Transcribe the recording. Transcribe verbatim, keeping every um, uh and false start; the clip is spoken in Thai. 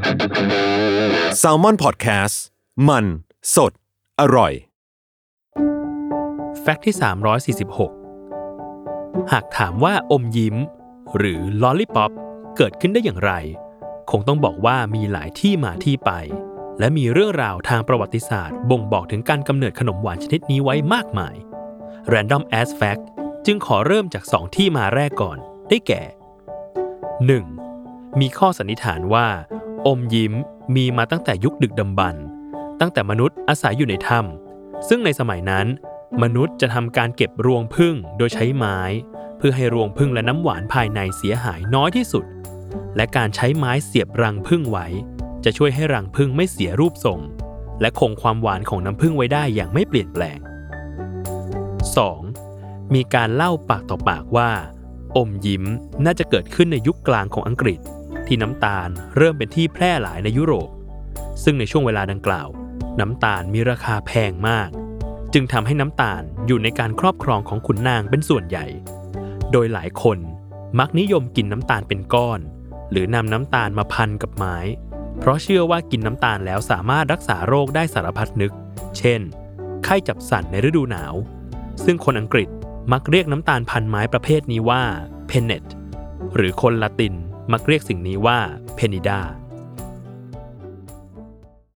Salmon Podcast มันสดอร่อยแฟกต์ที่สามร้อยสี่สิบหกหากถามว่าอมยิ้มหรือลอลลี่ป๊อปเกิดขึ้นได้อย่างไรคงต้องบอกว่ามีหลายที่มาที่ไปและมีเรื่องราวทางประวัติศาสตร์บ่งบอกถึงการกำเนิดขนมหวานชนิดนี้ไว้มากมาย Random as fact จึงขอเริ่มจากสองที่มาแรกก่อนได้แก่ หนึ่ง. มีข้อสันนิษฐานว่าอมยิ้มมีมาตั้งแต่ยุคดึกดำบรรพ์ตั้งแต่มนุษย์อาศัยอยู่ในถ้ำซึ่งในสมัยนั้นมนุษย์จะทำการเก็บรวงผึ้งโดยใช้ไม้เพื่อให้รวงผึ้งและน้ำหวานภายในเสียหายน้อยที่สุดและการใช้ไม้เสียบรังผึ้งไว้จะช่วยให้รังผึ้งไม่เสียรูปทรงและคงความหวานของน้ำผึ้งไว้ได้อย่างไม่เปลี่ยนแปลง สอง. มีการเล่าปากต่อปากว่าอมยิ้มน่าจะเกิดขึ้นในยุคกลางของอังกฤษที่น้ำตาลเริ่มเป็นที่แพร่หลายในยุโรปซึ่งในช่วงเวลาดังกล่าวน้ำตาลมีราคาแพงมากจึงทำให้น้ำตาลอยู่ในการครอบครองของขุนนางเป็นส่วนใหญ่โดยหลายคนมักนิยมกินน้ำตาลเป็นก้อนหรือนำน้ำตาลมาพันกับไม้เพราะเชื่อว่ากินน้ำตาลแล้วสามารถรักษาโรคได้สารพัดนึกเช่นไข้จับสั่นในฤดูหนาวซึ่งคนอังกฤษมักเรียกน้ำตาลพันไม้ประเภทนี้ว่า pennet หรือคนละตินมักเรียกสิ่งนี้ว่า penida